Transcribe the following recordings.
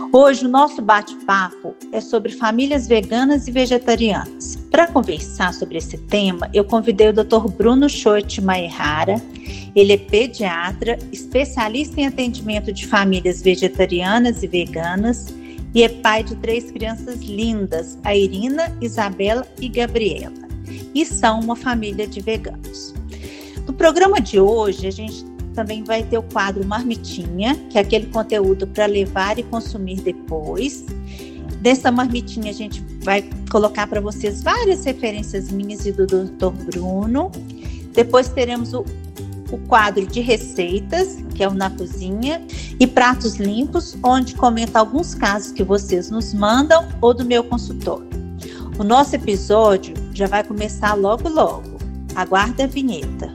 Hoje o nosso bate-papo é sobre famílias veganas e vegetarianas. Para conversar sobre esse tema, eu convidei o Dr. Bruno Schoit Maehara. Ele é pediatra, especialista em atendimento de famílias vegetarianas e veganas e é pai de 3 crianças lindas, a Irina, Isabela e Gabriela, e são uma família de veganos. No programa de hoje, a gente também vai ter o quadro Marmitinha, que é aquele conteúdo para levar e consumir depois. Dessa marmitinha, a gente vai colocar para vocês várias referências minhas e do Dr. Bruno. Depois teremos o quadro de receitas, que é o Na Cozinha, e pratos limpos, onde comenta alguns casos que vocês nos mandam ou do meu consultório. O nosso episódio já vai começar logo logo. Aguarda a vinheta.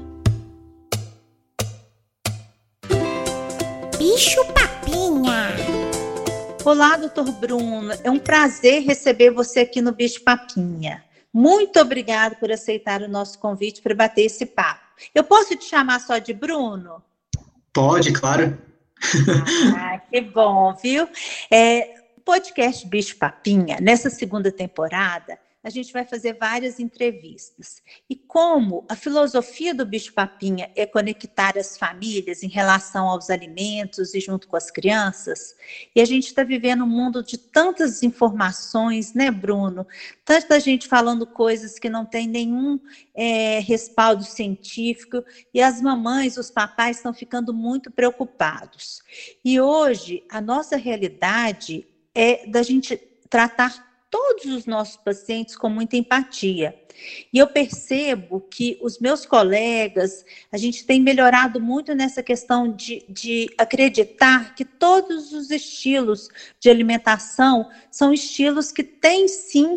Bicho Papinha. Olá, doutor Bruno. É um prazer receber você aqui no Bicho Papinha. Muito obrigada por aceitar o nosso convite para bater esse papo. Eu posso te chamar só de Bruno? Pode, claro. Que bom, viu? O podcast Bicho Papinha, nessa segunda temporada, a gente vai fazer várias entrevistas. E como a filosofia do Bicho Papinha é conectar as famílias em relação aos alimentos e junto com as crianças, e a gente está vivendo um mundo de tantas informações, né, Bruno? Tanta gente falando coisas que não tem nenhum respaldo científico, e as mamães, os papais estão ficando muito preocupados. E hoje, a nossa realidade é da gente tratar todos os nossos pacientes com muita empatia. E eu percebo que os meus colegas, a gente tem melhorado muito nessa questão de acreditar que todos os estilos de alimentação são estilos que têm, sim,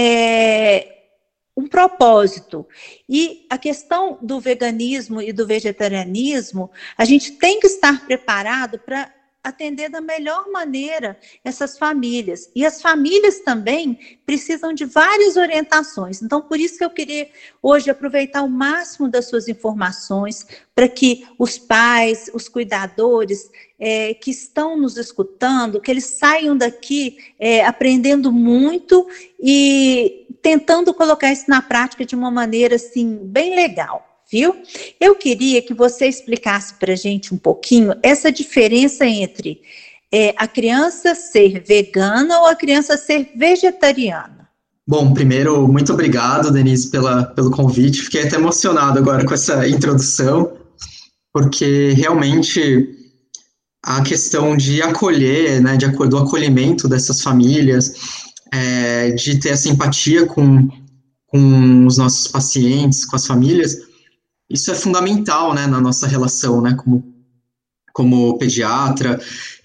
um propósito. E a questão do veganismo e do vegetarianismo, a gente tem que estar preparado para atender da melhor maneira essas famílias. E as famílias também precisam de várias orientações. Então, por isso que eu queria hoje aproveitar o máximo das suas informações para que os pais, os cuidadores que estão nos escutando, que eles saiam daqui aprendendo muito e tentando colocar isso na prática de uma maneira assim, bem legal. Viu? Eu queria que você explicasse para a gente um pouquinho essa diferença entre a criança ser vegana ou a criança ser vegetariana. Bom, primeiro, muito obrigado, Denise, pelo convite. Fiquei até emocionado agora com essa introdução, porque realmente a questão de acolher, né, do acolhimento dessas famílias, de ter essa empatia com os nossos pacientes, com as famílias, isso é fundamental, né, na nossa relação, né, como pediatra,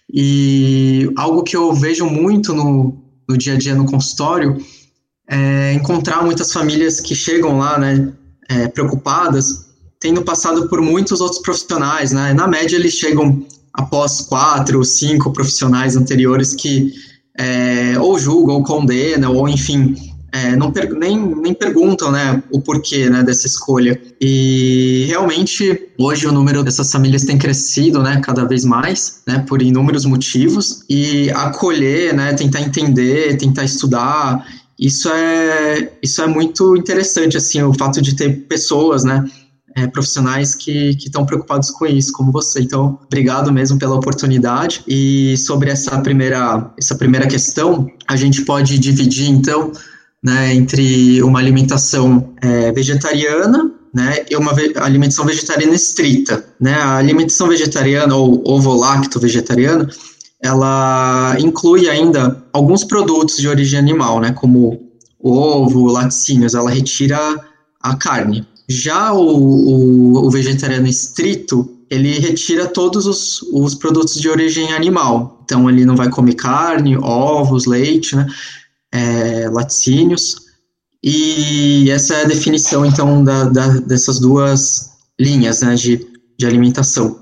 e algo que eu vejo muito no dia a dia no consultório é encontrar muitas famílias que chegam lá, né, preocupadas, tendo passado por muitos outros profissionais, né, na média eles chegam após 4 ou 5 profissionais anteriores que ou julgam, ou condenam, ou enfim, nem perguntam, né, o porquê, né, dessa escolha. E realmente hoje o número dessas famílias tem crescido, né, cada vez mais, né, por inúmeros motivos, e acolher, né, tentar entender, tentar estudar, isso é muito interessante, assim, o fato de ter pessoas, né, profissionais que estão preocupados com isso, como você. Então, obrigado mesmo pela oportunidade. E sobre essa primeira questão, a gente pode dividir, então, né, entre uma alimentação vegetariana, né, e uma alimentação vegetariana estrita, né. A alimentação vegetariana ou ovo-lacto-vegetariana, ela inclui ainda alguns produtos de origem animal, né, como ovo, laticínios, ela retira a carne. Já o vegetariano estrito, ele retira todos os produtos de origem animal, então ele não vai comer carne, ovos, leite, né, laticínios, e essa é a definição, então, dessas duas linhas, né, de alimentação.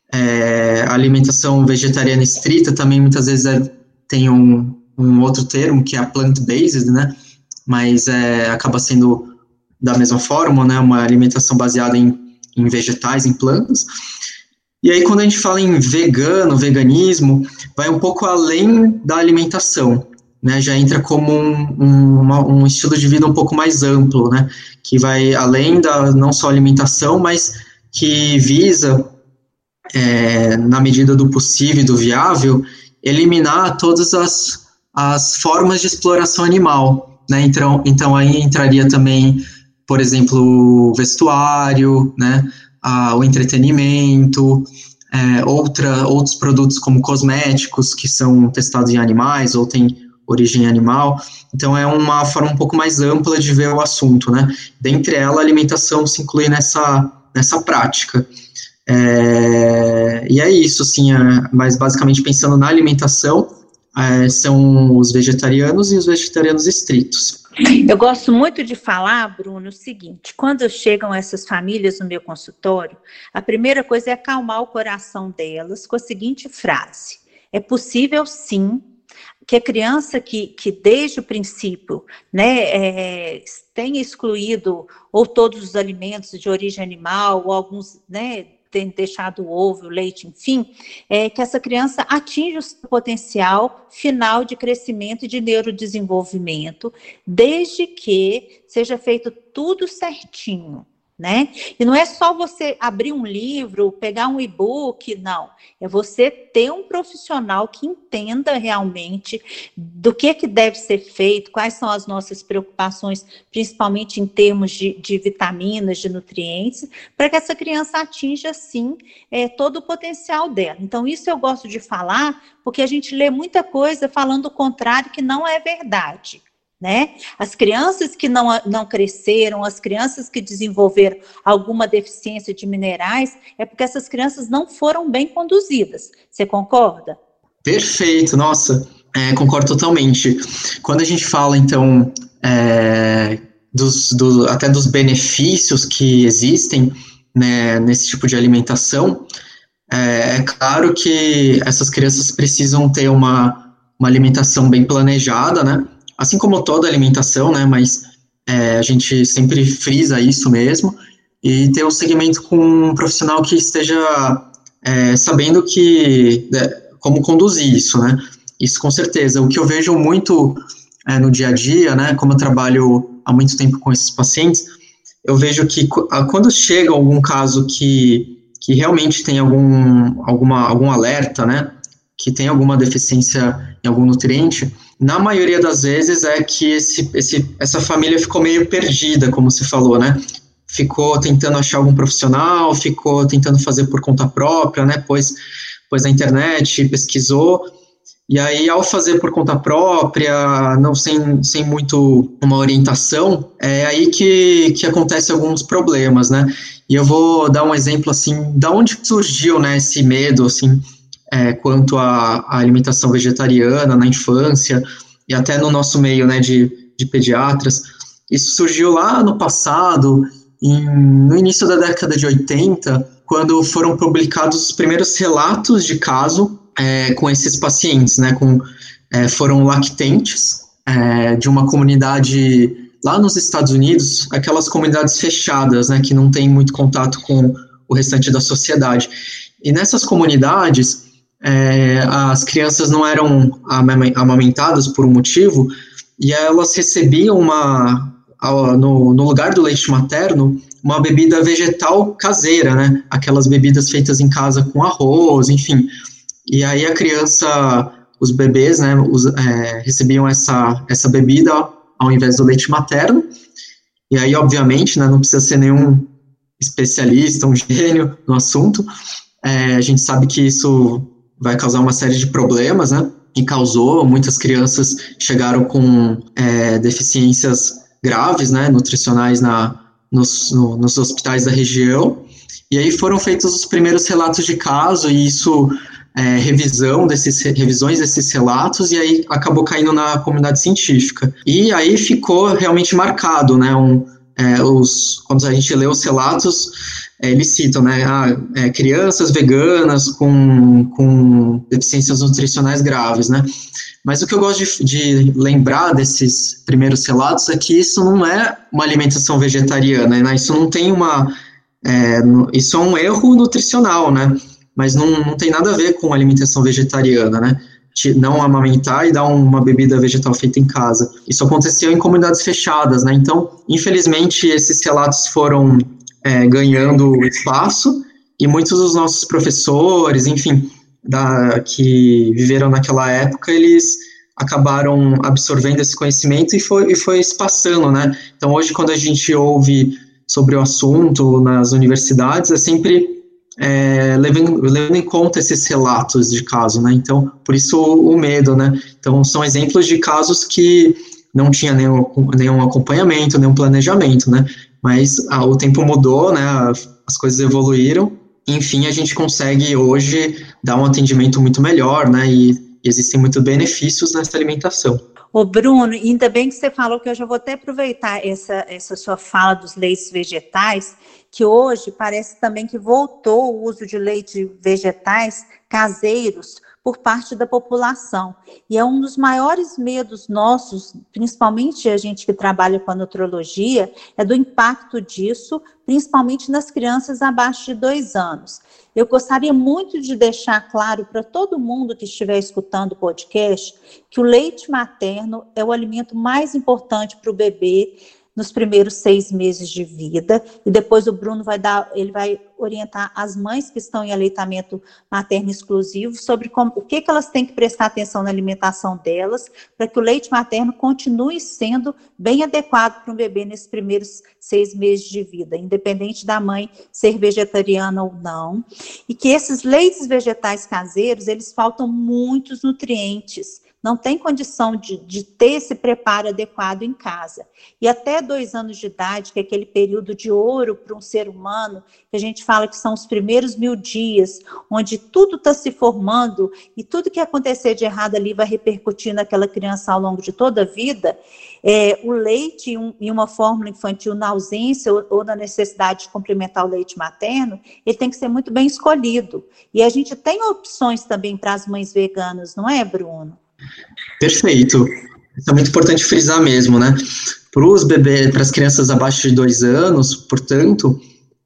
A alimentação vegetariana estrita também, muitas vezes, tem um outro termo, que é a plant-based, né, mas acaba sendo da mesma forma, né, uma alimentação baseada em vegetais, em plantas. E aí, quando a gente fala em veganismo, vai um pouco além da alimentação, né? Já entra como um estilo de vida um pouco mais amplo, né? Que vai além da não só alimentação, mas que visa, na medida do possível e do viável, eliminar todas as formas de exploração animal, né? Então aí entraria também, por exemplo, o vestuário, né? O entretenimento, outros produtos como cosméticos que são testados em animais ou têm origem animal. Então é uma forma um pouco mais ampla de ver o assunto, né? Dentre ela, a alimentação se inclui nessa prática. E é isso, assim, mas basicamente pensando na alimentação, são os vegetarianos e os vegetarianos estritos. Eu gosto muito de falar, Bruno, o seguinte: quando chegam essas famílias no meu consultório, a primeira coisa é acalmar o coração delas com a seguinte frase: é possível sim que a criança que desde o princípio, né, tenha excluído ou todos os alimentos de origem animal, ou alguns, né, tem deixado o ovo, o leite, enfim, que essa criança atinja o seu potencial final de crescimento e de neurodesenvolvimento, desde que seja feito tudo certinho, né? E não é só você abrir um livro, pegar um e-book, não. É você ter um profissional que entenda realmente do que deve ser feito, quais são as nossas preocupações, principalmente em termos de vitaminas, de nutrientes, para que essa criança atinja, sim, todo o potencial dela. Então, isso eu gosto de falar, porque a gente lê muita coisa falando o contrário, que não é verdade. Né? As crianças que não cresceram, as crianças que desenvolveram alguma deficiência de minerais, é porque essas crianças não foram bem conduzidas. Você concorda? Perfeito, nossa, concordo totalmente. Quando a gente fala, então, até dos benefícios que existem, né, nesse tipo de alimentação, é claro que essas crianças precisam ter uma alimentação bem planejada, né? Assim como toda alimentação, né, mas a gente sempre frisa isso mesmo, e ter um segmento com um profissional que esteja sabendo como conduzir isso, né, isso com certeza. O que eu vejo muito no dia a dia, né, como eu trabalho há muito tempo com esses pacientes, eu vejo que quando chega algum caso que realmente tem algum alerta, né, que tem alguma deficiência em algum nutriente, na maioria das vezes é que essa família ficou meio perdida, como você falou, né? Ficou tentando achar algum profissional, ficou tentando fazer por conta própria, né? Pôs na internet, pesquisou, e aí ao fazer por conta própria, não sem muito uma orientação, é aí que acontece alguns problemas, né? E eu vou dar um exemplo, assim, da onde surgiu, né, esse medo, assim, quanto à alimentação vegetariana na infância e até no nosso meio, né, de pediatras. Isso surgiu lá no passado, no início da década de 80, quando foram publicados os primeiros relatos de caso com esses pacientes, né, foram lactentes de uma comunidade lá nos Estados Unidos, aquelas comunidades fechadas, né, que não tem muito contato com o restante da sociedade. E nessas comunidades, as crianças não eram amamentadas por um motivo, e elas recebiam no lugar do leite materno, uma bebida vegetal caseira, né? Aquelas bebidas feitas em casa com arroz, enfim. E aí a criança, os bebês, né, recebiam essa bebida ao invés do leite materno. E aí, obviamente, né, não precisa ser nenhum especialista, um gênio no assunto. A gente sabe que isso vai causar uma série de problemas, né? E causou, muitas crianças chegaram com deficiências graves, né, nutricionais nos hospitais da região. E aí foram feitos os primeiros relatos de caso, e isso, revisões desses relatos, e aí acabou caindo na comunidade científica. E aí ficou realmente marcado, né, quando a gente lê os relatos, eles citam, né, crianças veganas com deficiências nutricionais graves, né, mas o que eu gosto de lembrar desses primeiros relatos é que isso não é uma alimentação vegetariana, né, isso não tem isso é um erro nutricional, né, mas não tem nada a ver com alimentação vegetariana, né? Não amamentar e dar uma bebida vegetal feita em casa. Isso aconteceu em comunidades fechadas, né? Então, infelizmente, esses relatos foram ganhando espaço e muitos dos nossos professores, enfim, que viveram naquela época, eles acabaram absorvendo esse conhecimento e foi se passando, né? Então, hoje, quando a gente ouve sobre o assunto nas universidades, é sempre levando em conta esses relatos de caso, né? Então, por isso o medo, né? Então, são exemplos de casos que não tinha nenhum acompanhamento, nenhum planejamento, né? Mas o tempo mudou, né? As coisas evoluíram, enfim, a gente consegue hoje dar um atendimento muito melhor, né? E existem muitos benefícios nessa alimentação. Ô Bruno, ainda bem que você falou, que eu já vou até aproveitar essa sua fala dos leites vegetais, que hoje parece também que voltou o uso de leite vegetais caseiros por parte da população. E é um dos maiores medos nossos, principalmente a gente que trabalha com a nutrologia, é do impacto disso, principalmente nas crianças abaixo de 2 anos. Eu gostaria muito de deixar claro para todo mundo que estiver escutando o podcast que o leite materno é o alimento mais importante para o bebê nos primeiros 6 meses de vida, e depois o Bruno ele vai orientar as mães que estão em aleitamento materno exclusivo sobre o que elas têm que prestar atenção na alimentação delas, para que o leite materno continue sendo bem adequado para um bebê nesses primeiros 6 meses de vida, independente da mãe ser vegetariana ou não, e que esses leites vegetais caseiros, eles faltam muitos nutrientes, não tem condição de ter esse preparo adequado em casa. E até 2 anos de idade, que é aquele período de ouro para um ser humano, que a gente fala que são os primeiros 1000 dias, onde tudo está se formando e tudo que acontecer de errado ali vai repercutir naquela criança ao longo de toda a vida, o leite em uma fórmula infantil na ausência ou na necessidade de complementar o leite materno, ele tem que ser muito bem escolhido. E a gente tem opções também para as mães veganas, não é, Bruno? Perfeito. Isso é muito importante frisar mesmo, né? Para os bebês, para as crianças abaixo de 2 anos, portanto,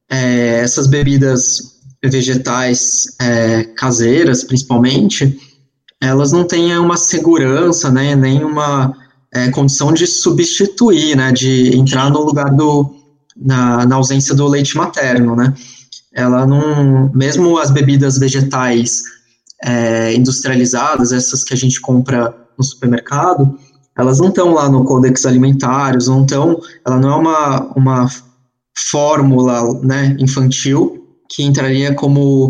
essas bebidas vegetais caseiras, principalmente, elas não têm uma segurança, né, nem uma condição de substituir, né, de entrar no lugar na ausência do leite materno, né? Ela não, mesmo as bebidas vegetais industrializadas, essas que a gente compra no supermercado, elas não estão lá no Codex Alimentários, ela não é uma fórmula, né, infantil que entraria como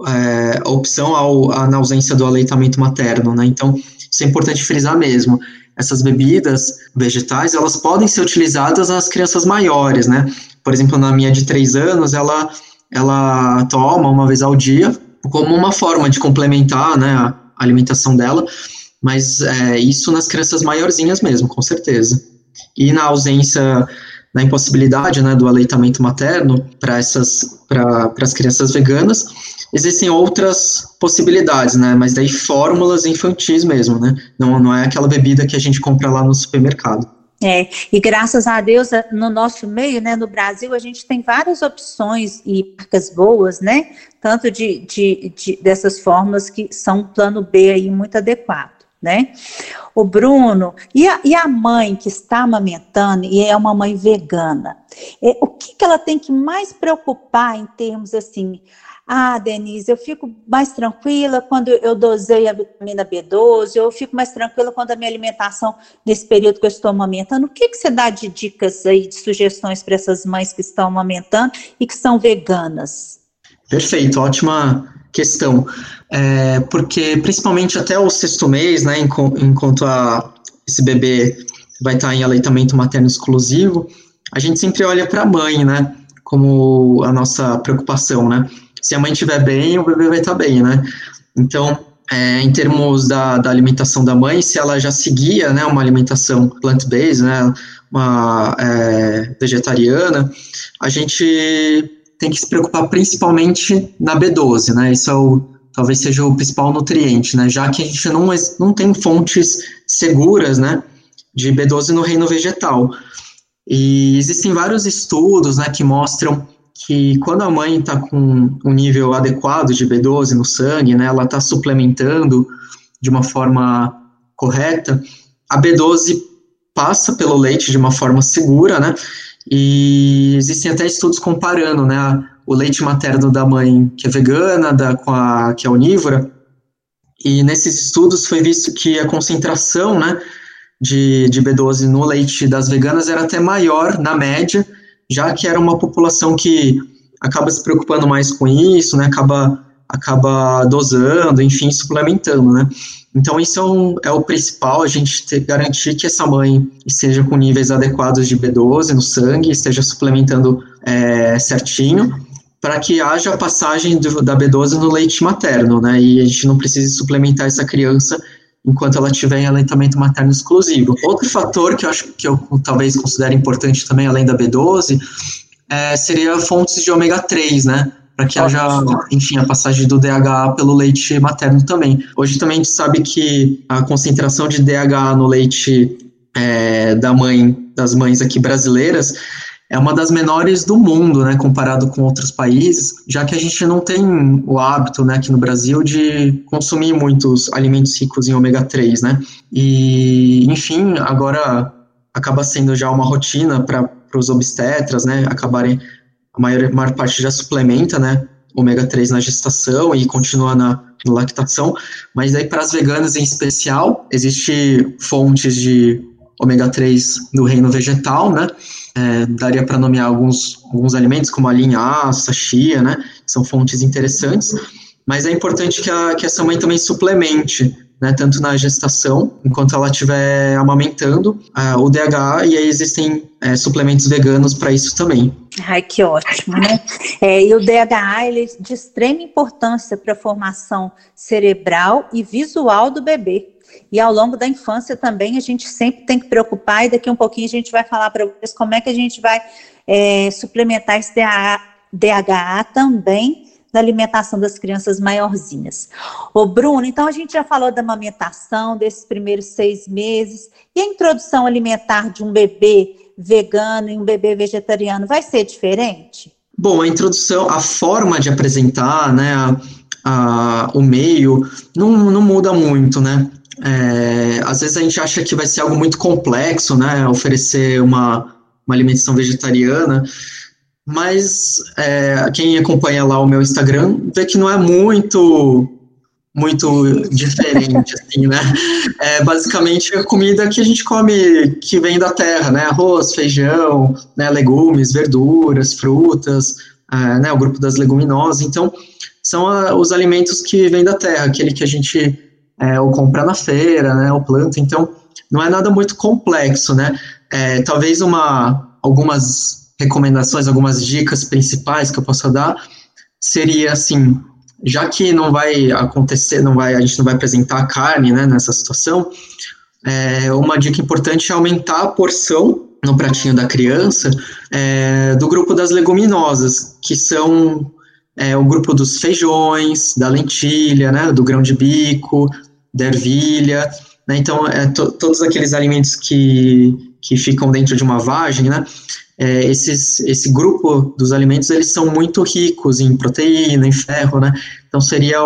opção na ausência do aleitamento materno, né? Então, isso é importante frisar mesmo. Essas bebidas vegetais, elas podem ser utilizadas nas crianças maiores, né? Por exemplo, na minha de 3 anos, ela toma uma vez ao dia, como uma forma de complementar, né, a alimentação dela, mas isso nas crianças maiorzinhas mesmo, com certeza. E na ausência, na impossibilidade, né, do aleitamento materno para as crianças veganas, existem outras possibilidades, né, mas daí fórmulas infantis mesmo, né, não é aquela bebida que a gente compra lá no supermercado. E graças a Deus, no nosso meio, né, no Brasil, a gente tem várias opções e marcas boas, né, tanto dessas fórmulas que são um plano B aí muito adequado, né. O Bruno, e a mãe que está amamentando e é uma mãe vegana, o que ela tem que mais preocupar em termos assim? Denise, eu fico mais tranquila quando eu dosei a vitamina B12, eu fico mais tranquila quando a minha alimentação, nesse período que eu estou amamentando. O que você dá de dicas aí, de sugestões para essas mães que estão amamentando e que são veganas? Perfeito, ótima questão. Porque principalmente até o 6º mês, né, enquanto esse bebê vai estar em aleitamento materno exclusivo, a gente sempre olha para a mãe, né, como a nossa preocupação, né? Se a mãe estiver bem, o bebê vai estar bem, né? Então, em termos da alimentação da mãe, se ela já seguia, né, uma alimentação plant-based, né, uma vegetariana, a gente tem que se preocupar principalmente na B12, né? Isso talvez seja o principal nutriente, né? Já que a gente não tem fontes seguras, né, de B12 no reino vegetal. E existem vários estudos, né, que mostram que quando a mãe está com um nível adequado de B12 no sangue, né, ela está suplementando de uma forma correta, a B12 passa pelo leite de uma forma segura, né, e existem até estudos comparando, né, o leite materno da mãe que é vegana com a que é onívora, e nesses estudos foi visto que a concentração, né, de B12 no leite das veganas era até maior, na média, já que era uma população que acaba se preocupando mais com isso, né, acaba dosando, enfim, suplementando, né. Então, isso é o principal, a gente garantir que essa mãe esteja com níveis adequados de B12 no sangue, esteja suplementando certinho, para que haja a passagem da B12 no leite materno, né, e a gente não precise suplementar essa criança enquanto ela estiver em aleitamento materno exclusivo. Outro fator que eu acho que eu talvez considere importante também, além da B12, seria fontes de ômega 3, né, para que haja, enfim, a passagem do DHA pelo leite materno também. Hoje também a gente sabe que a concentração de DHA no leite das mães aqui brasileiras é uma das menores do mundo, né, comparado com outros países, já que a gente não tem o hábito, né, aqui no Brasil de consumir muitos alimentos ricos em ômega 3, né, e, enfim, agora acaba sendo já uma rotina para os obstetras, né, acabarem, a maior parte já suplementa, né, ômega 3 na gestação e continua na lactação, mas aí para as veganas em especial, existem fontes de ômega 3 no reino vegetal, né, daria para nomear alguns alimentos, como a linhaça, a chia, né, que são fontes interessantes, mas é importante que essa mãe também suplemente, né, tanto na gestação, enquanto ela estiver amamentando, o DHA, e aí existem suplementos veganos para isso também. Ai, que ótimo, né? E o DHA, ele é de extrema importância para a formação cerebral e visual do bebê. E ao longo da infância também a gente sempre tem que preocupar, e daqui um pouquinho a gente vai falar para vocês como é que a gente vai suplementar esse DHA também na alimentação das crianças maiorzinhas. Ô Bruno, então a gente já falou da amamentação, desses primeiros 6 meses, e a introdução alimentar de um bebê vegano e um bebê vegetariano vai ser diferente? Bom, a introdução, a forma de apresentar, né, o meio, não muda muito, né? Às vezes a gente acha que vai ser algo muito complexo, né, oferecer uma alimentação vegetariana, mas quem acompanha lá o meu Instagram vê que não é muito diferente, assim, né, basicamente a comida que a gente come, que vem da terra, né, arroz, feijão, né, legumes, verduras, frutas, né, o grupo das leguminosas, então são os alimentos que vêm da terra, aquele que a gente ou compra na feira, né, ou planta, então não é nada muito complexo, né, talvez algumas recomendações, algumas dicas principais que eu possa dar, seria assim, já que não vai acontecer, a gente não vai apresentar a carne, né, nessa situação, uma dica importante é aumentar a porção no pratinho da criança, do grupo das leguminosas, que são o grupo dos feijões, da lentilha, né, do grão de bico, da ervilha, né, então todos aqueles alimentos que ficam dentro de uma vagem, né, esse grupo dos alimentos, eles são muito ricos em proteína, em ferro, né, então seria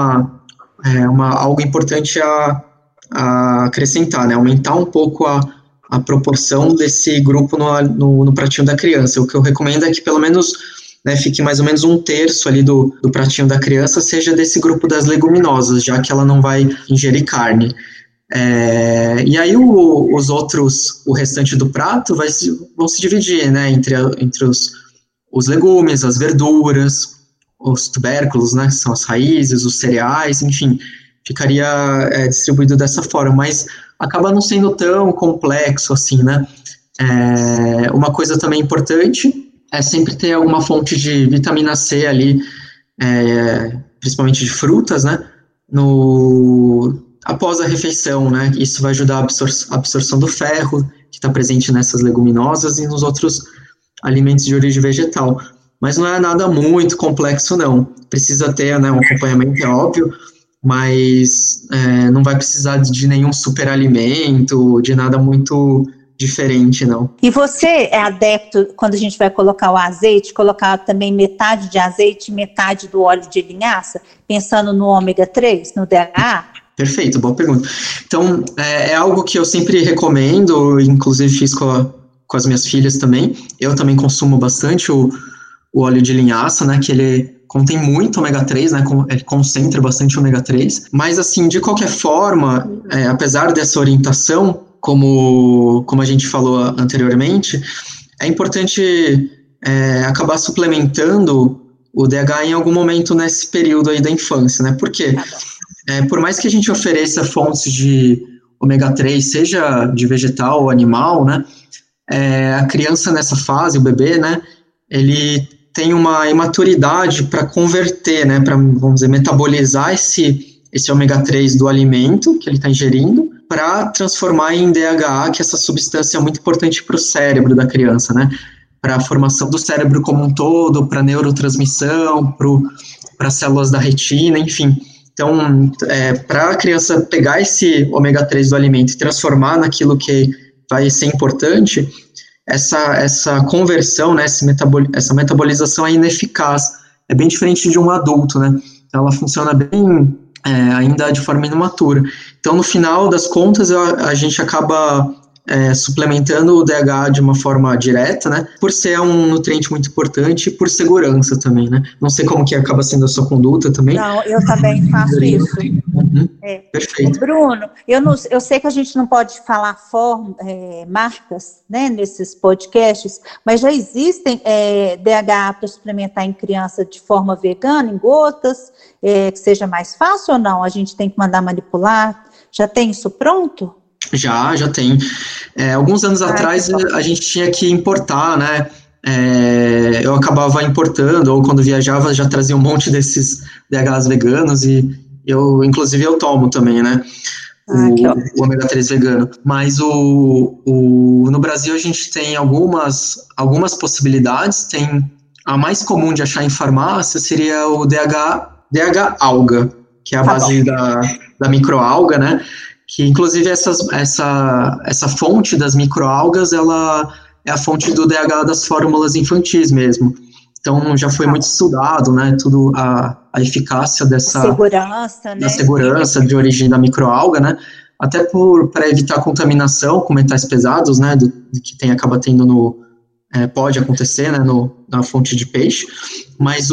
algo importante a acrescentar, né, aumentar um pouco a proporção desse grupo no pratinho da criança. O que eu recomendo é que pelo menos, né, fique mais ou menos 1/3 ali do pratinho da criança seja desse grupo das leguminosas, já que ela não vai ingerir carne. E aí o restante do prato vão se dividir, né, entre os legumes, as verduras, os tubérculos, né, que são as raízes, os cereais, enfim, ficaria distribuído dessa forma, mas acaba não sendo tão complexo assim, né. Uma coisa também importante é sempre ter alguma fonte de vitamina C ali, principalmente de frutas, né, após a refeição, né, isso vai ajudar a absorção do ferro, que está presente nessas leguminosas e nos outros alimentos de origem vegetal. Mas não é nada muito complexo, não. Precisa ter, né, um acompanhamento, é óbvio, mas não vai precisar de nenhum superalimento, de nada muito diferente, não. E você é adepto, quando a gente vai colocar o azeite, colocar também metade de azeite e metade do óleo de linhaça, pensando no ômega 3, no DHA? Perfeito, boa pergunta. Então, é algo que eu sempre recomendo, inclusive fiz com as minhas filhas também. Eu também consumo bastante o óleo de linhaça, né, que ele contém muito ômega 3, né, ele concentra bastante ômega 3, mas assim, de qualquer forma, apesar dessa orientação, como a gente falou anteriormente, é importante acabar suplementando o DHA em algum momento nesse período aí da infância, né, porque por mais que a gente ofereça fontes de ômega 3, seja de vegetal ou animal, né, a criança nessa fase, o bebê, né, ele tem uma imaturidade para converter, né, para, vamos dizer, metabolizar esse ômega 3 do alimento que ele está ingerindo para transformar em DHA, que é essa substância é muito importante para o cérebro da criança, né, para a formação do cérebro como um todo, para a neurotransmissão, para as células da retina, enfim. Então, para a criança pegar esse ômega 3 do alimento e transformar naquilo que vai ser importante, essa conversão, né, essa metabolização é ineficaz, é bem diferente de um adulto, né, então ela funciona bem ainda de forma imatura. Então, no final das contas, a gente acaba suplementando o DHA de uma forma direta, né, por ser um nutriente muito importante e por segurança também, né. Não sei como que acaba sendo a sua conduta também. Não, eu também faço isso. Perfeito. Bruno, eu sei que a gente não pode falar marcas, né, nesses podcasts, mas já existem DHA para suplementar em criança de forma vegana, em gotas, que seja mais fácil ou não? A gente tem que mandar manipular? Já tem isso pronto? Já tem. Alguns anos atrás a gente tinha que importar, né? Eu acabava importando, ou quando viajava já trazia um monte desses DHAs veganos e inclusive eu tomo também, né? O ômega 3 vegano. Mas no Brasil a gente tem algumas possibilidades. Tem a mais comum de achar em farmácia seria o DH alga, que é a base da microalga, né? Que inclusive essa fonte das microalgas, ela é a fonte do DHA das fórmulas infantis mesmo. Então já foi muito estudado, né, tudo a eficácia dessa segurança, né? Da segurança de origem da microalga, né? Até para evitar contaminação com metais pesados, né, que acaba tendo pode acontecer, né, na fonte de peixe. Mas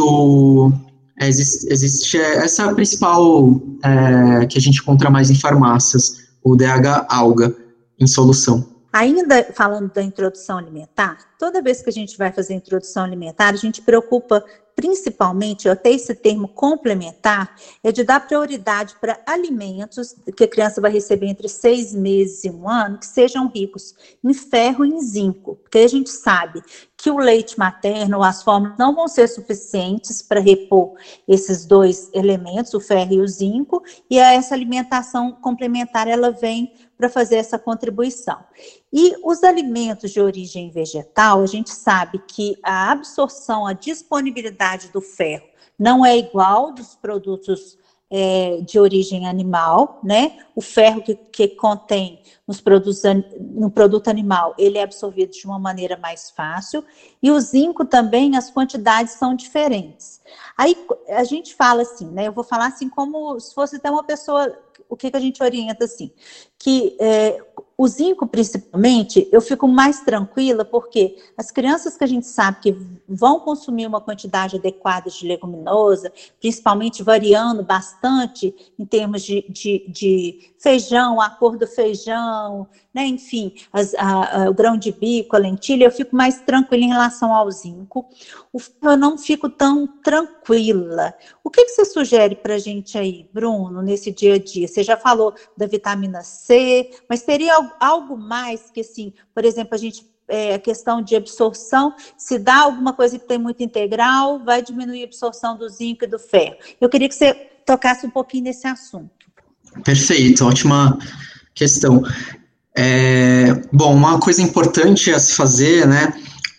existe essa é a principal que a gente encontra mais em farmácias, o DH alga em solução. Ainda falando da introdução alimentar, toda vez que a gente vai fazer introdução alimentar, a gente preocupa principalmente, até esse termo complementar, é de dar prioridade para alimentos que a criança vai receber entre 6 meses e 1 ano, que sejam ricos em ferro e em zinco, porque a gente sabe que o leite materno, as fórmulas não vão ser suficientes para repor esses dois elementos, o ferro e o zinco, e essa alimentação complementar, ela vem para fazer essa contribuição. E os alimentos de origem vegetal, a gente sabe que a absorção, a disponibilidade do ferro não é igual dos produtos de origem animal, né? O ferro que contém no produto animal, ele é absorvido de uma maneira mais fácil, e o zinco também, as quantidades são diferentes. Aí a gente fala assim, né? Eu vou falar assim como se fosse até uma pessoa, o que a gente orienta assim, que o zinco, principalmente, eu fico mais tranquila porque as crianças que a gente sabe que vão consumir uma quantidade adequada de leguminosa, principalmente variando bastante em termos de feijão, a cor do feijão, né? Enfim, o grão de bico, a lentilha, eu fico mais tranquila em relação ao zinco. Eu não fico tão tranquila. O que você sugere para a gente aí, Bruno, nesse dia a dia? Você já falou da vitamina C, mas teria algo mais que, assim, por exemplo, a questão de absorção, se dá alguma coisa que tem muito integral, vai diminuir a absorção do zinco e do ferro. Eu queria que você tocasse um pouquinho nesse assunto. Perfeito, ótima questão. Bom, uma coisa importante a se fazer, né,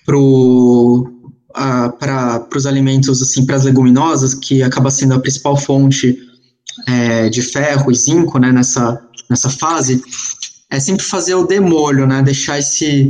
para os alimentos, assim, para as leguminosas, que acaba sendo a principal fonte de ferro e zinco, né, nessa fase, é sempre fazer o demolho, né? Deixar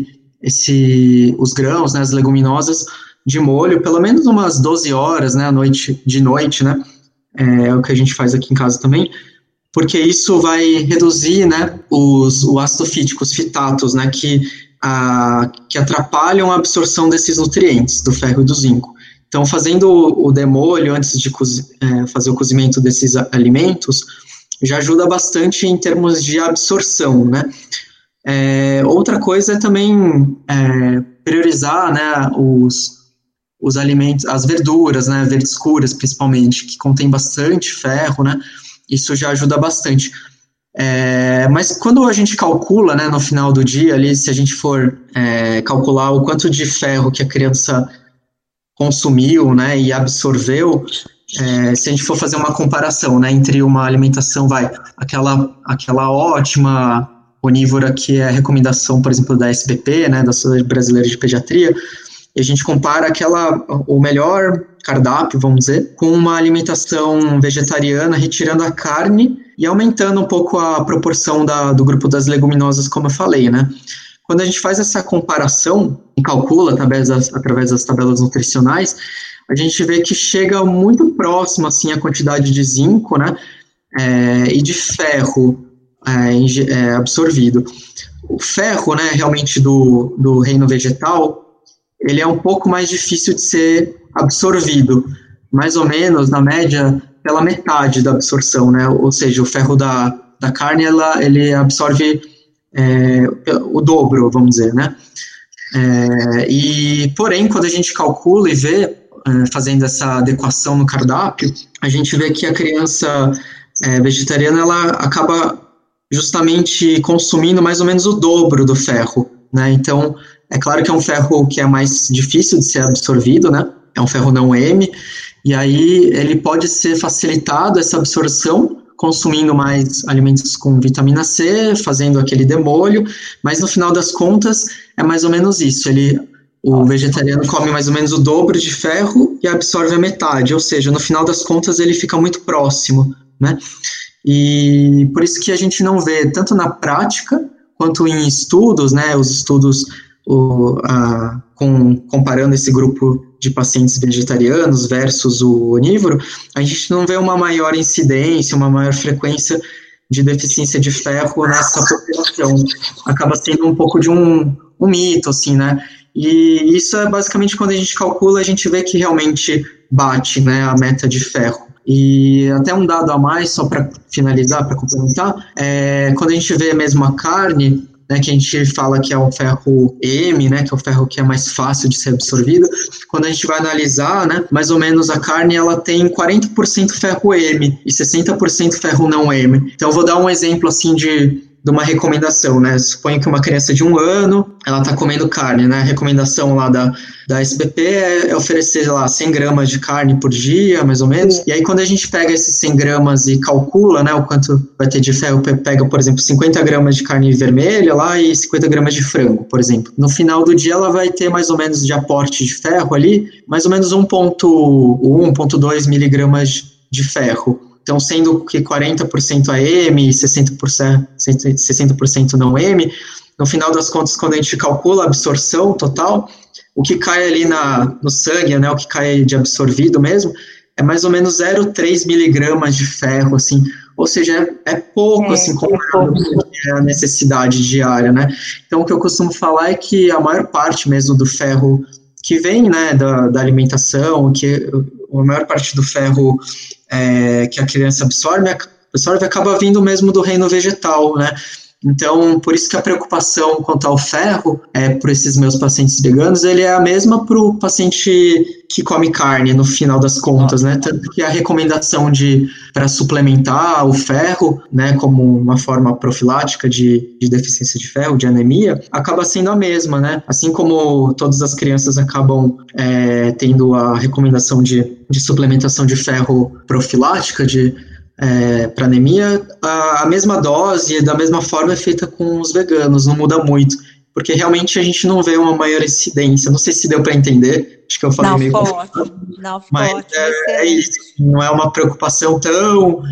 os grãos, né, as leguminosas de molho, pelo menos umas 12 horas, né, de noite, né? É o que a gente faz aqui em casa também, porque isso vai reduzir, né, o ácido fítico, os fitatos, né, que atrapalham a absorção desses nutrientes, do ferro e do zinco. Então, fazendo o demolho antes de fazer o cozimento desses alimentos, já ajuda bastante em termos de absorção, né. Outra coisa é também priorizar, né, os alimentos, as verduras, né, verdes escuras principalmente, que contém bastante ferro, né, isso já ajuda bastante. Mas quando a gente calcula, né, no final do dia, ali, se a gente for calcular o quanto de ferro que a criança consumiu, né, e absorveu, se a gente for fazer uma comparação, né, entre uma alimentação, aquela ótima onívora que é a recomendação, por exemplo, da SBP, né, da Sociedade Brasileira de Pediatria, e a gente compara o melhor cardápio, vamos dizer, com uma alimentação vegetariana, retirando a carne e aumentando um pouco a proporção do grupo das leguminosas, como eu falei, né? Quando a gente faz essa comparação e calcula através das tabelas nutricionais, a gente vê que chega muito próximo, assim, a quantidade de zinco, né, e de ferro absorvido. O ferro, né, realmente do reino vegetal, ele é um pouco mais difícil de ser absorvido, mais ou menos, na média, pela metade da absorção, né, ou seja, o ferro da carne, ele absorve o dobro, vamos dizer, né, porém, quando a gente calcula e vê, fazendo essa adequação no cardápio, a gente vê que a criança vegetariana, ela acaba justamente consumindo mais ou menos o dobro do ferro, né, então, é claro que é um ferro que é mais difícil de ser absorvido, né? É um ferro não M, e aí ele pode ser facilitado, essa absorção, consumindo mais alimentos com vitamina C, fazendo aquele demolho, mas no final das contas é mais ou menos isso, o vegetariano come mais ou menos o dobro de ferro e absorve a metade, ou seja, no final das contas ele fica muito próximo, né? E por isso que a gente não vê, tanto na prática, quanto em estudos, né, os estudos comparando esse grupo de pacientes vegetarianos versus o onívoro, a gente não vê uma maior incidência, uma maior frequência de deficiência de ferro nessa população. Acaba sendo um pouco de um mito, assim, né? E isso é basicamente quando a gente calcula, a gente vê que realmente bate, né, a meta de ferro. E até um dado a mais, só para finalizar, para complementar, quando a gente vê mesmo a carne, né, que a gente fala que é um ferro M, né, que é o ferro que é mais fácil de ser absorvido, quando a gente vai analisar, né, mais ou menos a carne, ela tem 40% ferro M e 60% ferro não M. Então, eu vou dar um exemplo, assim, de uma recomendação, né, suponho que uma criança de 1 ano, ela está comendo carne, né, a recomendação lá da SBP é oferecer, lá, 100 gramas de carne por dia, mais ou menos, e aí quando a gente pega esses 100 gramas e calcula, né, o quanto vai ter de ferro, pega, por exemplo, 50 gramas de carne vermelha lá e 50 gramas de frango, por exemplo. No final do dia, ela vai ter mais ou menos de aporte de ferro ali, mais ou menos 1,2 miligramas de ferro. Então, sendo que 40% AM e 60% não AM, no final das contas, quando a gente calcula a absorção total, o que cai ali no sangue, né, o que cai de absorvido mesmo, é mais ou menos 0,3 miligramas de ferro, assim, ou seja, é pouco, assim, comparado com a necessidade diária, né. Então, o que eu costumo falar é que a maior parte mesmo do ferro que vem, né, da alimentação, que a maior parte do ferro que a criança absorve acaba vindo mesmo do reino vegetal, né? Então, por isso que a preocupação quanto ao ferro, por esses meus pacientes veganos, ele é a mesma para o paciente que come carne, no final das contas, né? Tanto que a recomendação para suplementar o ferro, né, como uma forma profilática de deficiência de ferro, de anemia, acaba sendo a mesma, né? Assim como todas as crianças acabam tendo a recomendação de suplementação de ferro profilática, para anemia, a mesma dose, da mesma forma, é feita com os veganos, não muda muito, porque realmente a gente não vê uma maior incidência. Não sei se deu para entender, acho que eu falei não, mas é isso, não é uma preocupação tão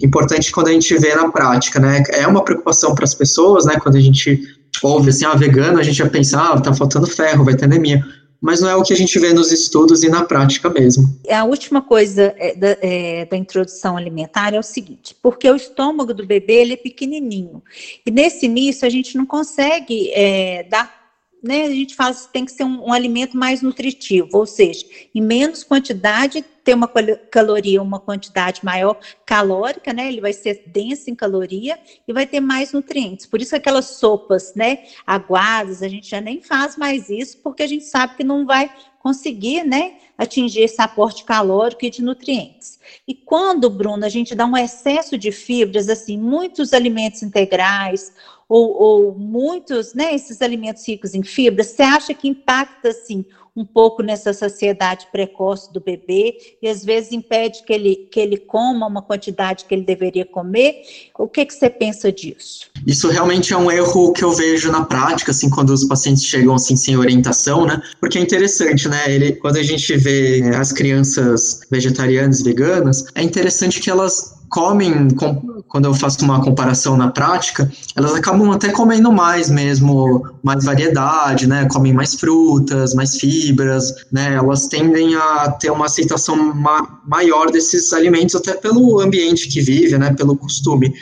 importante quando a gente vê na prática, né? É uma preocupação para as pessoas, né? Quando a gente ouve assim, vegano, a gente já pensa, tá faltando ferro, vai ter anemia. Mas não é o que a gente vê nos estudos e na prática mesmo. A última coisa da introdução alimentar é o seguinte, porque o estômago do bebê ele é pequenininho, e nesse início a gente não consegue dar, né, a gente fala que tem que ser um alimento mais nutritivo, ou seja, em menos quantidade, ter uma caloria, uma quantidade maior calórica, né, ele vai ser denso em caloria e vai ter mais nutrientes. Por isso aquelas sopas, né, aguadas, a gente já nem faz mais isso, porque a gente sabe que não vai conseguir, né, atingir esse aporte calórico e de nutrientes. E quando, Bruno, a gente dá um excesso de fibras, assim, muitos alimentos integrais, ou muitos, né, esses alimentos ricos em fibras, você acha que impacta, assim, um pouco nessa saciedade precoce do bebê e às vezes impede que ele coma uma quantidade que ele deveria comer? O que você pensa disso? Isso realmente é um erro que eu vejo na prática, assim, quando os pacientes chegam assim sem orientação, né? Porque é interessante, né? Quando a gente vê as crianças vegetarianas, veganas, é interessante que elas comem, quando eu faço uma comparação na prática, elas acabam até comendo mais mesmo, mais variedade, né? Comem mais frutas, mais fibras, né? Elas tendem a ter uma aceitação maior desses alimentos, até pelo ambiente que vive, né? Pelo costume.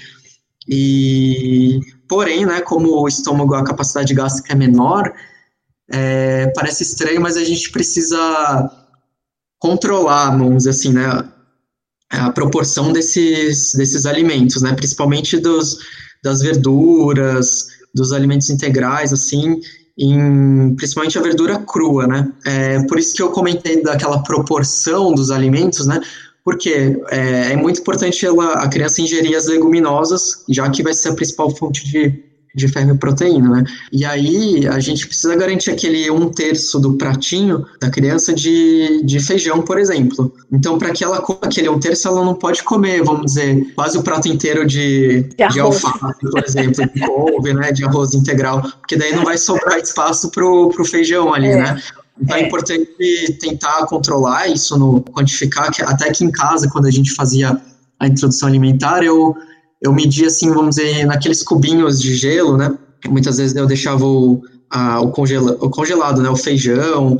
Porém, né? Como o estômago, a capacidade gástrica é menor, parece estranho, mas a gente precisa controlar, vamos dizer assim, né? A proporção desses alimentos, né, principalmente das verduras, dos alimentos integrais, assim, principalmente a verdura crua, né, por isso que eu comentei daquela proporção dos alimentos, né, porque é muito importante a criança ingerir as leguminosas, já que vai ser a principal fonte de ferro e proteína, né? E aí a gente precisa garantir aquele 1/3 do pratinho da criança de feijão, por exemplo. Então, para que ela coma aquele 1/3, ela não pode comer, vamos dizer, quase o prato inteiro de alface, por exemplo, de couve, né? De arroz integral, porque daí não vai sobrar espaço pro feijão ali, né? Então é importante tentar controlar isso, quantificar, até que em casa, quando a gente fazia a introdução alimentar, eu media, assim, vamos dizer, naqueles cubinhos de gelo, né? Muitas vezes eu deixava o congelado, né? O feijão.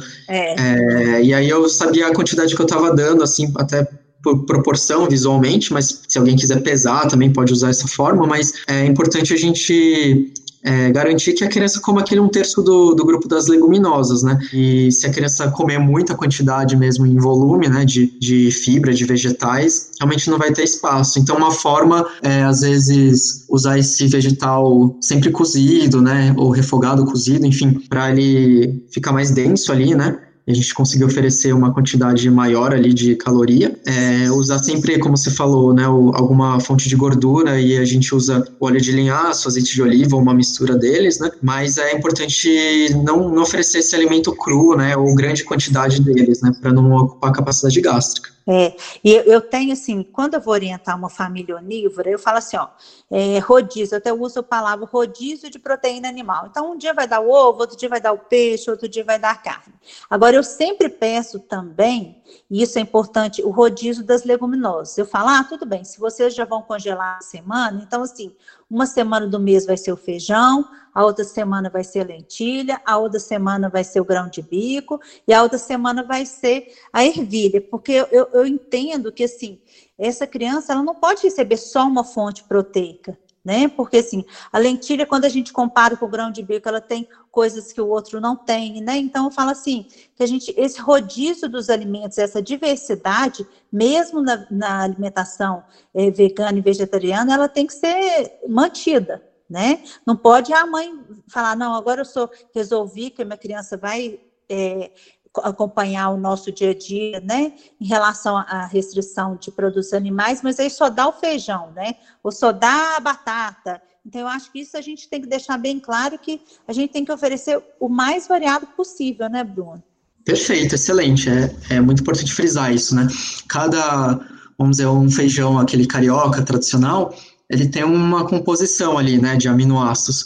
E aí eu sabia a quantidade que eu estava dando, assim, até por proporção visualmente, mas se alguém quiser pesar também pode usar essa forma, mas é importante a gente garantir que a criança coma aquele 1/3 do grupo das leguminosas, né? E se a criança comer muita quantidade mesmo em volume, né, de fibra, de vegetais, realmente não vai ter espaço. Então, uma forma às vezes, usar esse vegetal sempre cozido, né, ou refogado, cozido, enfim, para ele ficar mais denso ali, né? A gente conseguir oferecer uma quantidade maior ali de caloria. Usar sempre, como você falou, né, alguma fonte de gordura, e a gente usa o óleo de linhaça, azeite de oliva, uma mistura deles, né? Mas é importante não oferecer esse alimento cru, né, ou grande quantidade deles, né, para não ocupar a capacidade gástrica. E eu tenho, assim, quando eu vou orientar uma família onívora, eu falo assim, rodízio, eu até uso a palavra rodízio de proteína animal. Então, um dia vai dar o ovo, outro dia vai dar o peixe, outro dia vai dar a carne. Agora, eu sempre peço também, e isso é importante, o rodízio das leguminosas. Eu falo, tudo bem, se vocês já vão congelar a semana, então, assim, uma semana do mês vai ser o feijão, a outra semana vai ser a lentilha, a outra semana vai ser o grão de bico, e a outra semana vai ser a ervilha, porque eu entendo que, assim, essa criança ela não pode receber só uma fonte proteica, né? Porque, assim, a lentilha, quando a gente compara com o grão de bico, ela tem coisas que o outro não tem, né? Então, eu falo assim, que esse rodízio dos alimentos, essa diversidade, mesmo na alimentação vegana e vegetariana, ela tem que ser mantida, né? Não pode a mãe falar, não, agora resolvi que a minha criança vai acompanhar o nosso dia a dia, né, em relação à restrição de produtos animais, mas aí só dá o feijão, né, ou só dá a batata. Então, eu acho que isso a gente tem que deixar bem claro, que a gente tem que oferecer o mais variado possível, né, Bruno? Perfeito, excelente. É muito importante frisar isso, né? Vamos dizer, um feijão, aquele carioca tradicional, ele tem uma composição ali, né, de aminoácidos.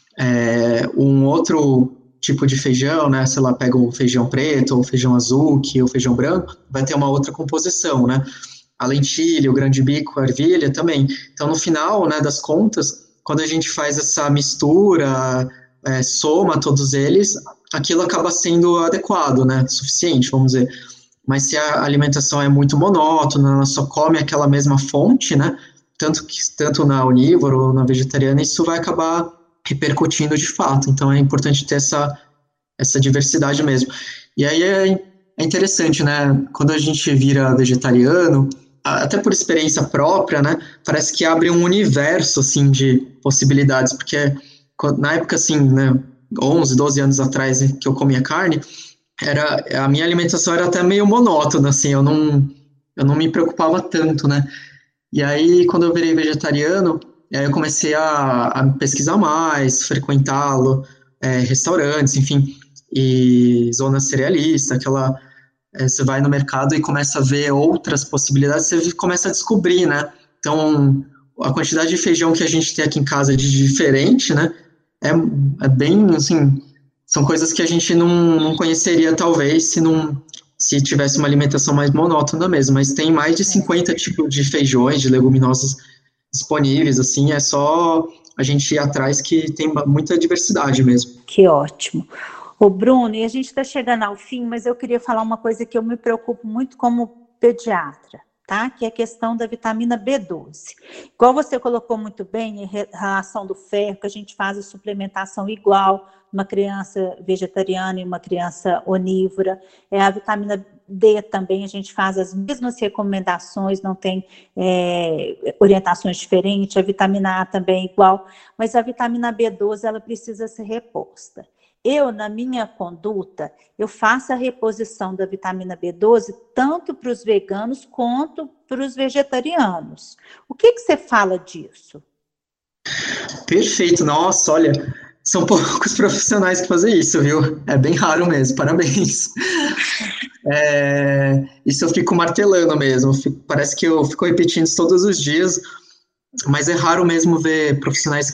Um outro tipo de feijão, né, sei lá, pega o feijão preto, ou o feijão azul, ou o feijão branco, vai ter uma outra composição, né? a lentilha, o grande bico, a ervilha também. Então, no final, né, das contas, quando a gente faz essa mistura, soma todos eles, aquilo acaba sendo adequado, né, suficiente, vamos dizer. Mas se a alimentação é muito monótona, ela só come aquela mesma fonte, né, tanto na onívora ou na vegetariana, isso vai acabar repercutindo de fato. Então, é importante ter essa diversidade mesmo. E aí é interessante, né, quando a gente vira vegetariano, até por experiência própria, né, parece que abre um universo, assim, de possibilidades, porque na época, assim, né, 11, 12 anos atrás, né, que eu comia carne, a minha alimentação era até meio monótona, assim, eu não me preocupava tanto, né, e aí, quando eu virei vegetariano, aí eu comecei a pesquisar mais, frequentá-lo, restaurantes, enfim, e zona cerealista, você vai no mercado e começa a ver outras possibilidades, você começa a descobrir, né? Então, a quantidade de feijão que a gente tem aqui em casa de diferente, né? É bem, assim, são coisas que a gente não conheceria, talvez, se tivesse uma alimentação mais monótona mesmo, mas tem mais de 50 tipos de feijões, de leguminosas disponíveis, assim, é só a gente ir atrás que tem muita diversidade mesmo. Que ótimo. Ô Bruno, e a gente está chegando ao fim, mas eu queria falar uma coisa que eu me preocupo muito como pediatra, tá? Que é a questão da vitamina B12. Igual você colocou muito bem em relação do ferro, que a gente faz a suplementação igual uma criança vegetariana e uma criança onívora. A vitamina D também, a gente faz as mesmas recomendações, não tem orientações diferentes. A vitamina A também é igual, mas a vitamina B12 ela precisa ser reposta. Eu, na minha conduta, eu faço a reposição da vitamina B12 tanto para os veganos quanto para os vegetarianos. O que você fala disso? Perfeito, nossa, olha, são poucos profissionais que fazem isso, viu? É bem raro mesmo, parabéns. Isso eu fico martelando mesmo, parece que eu fico repetindo isso todos os dias, mas é raro mesmo ver profissionais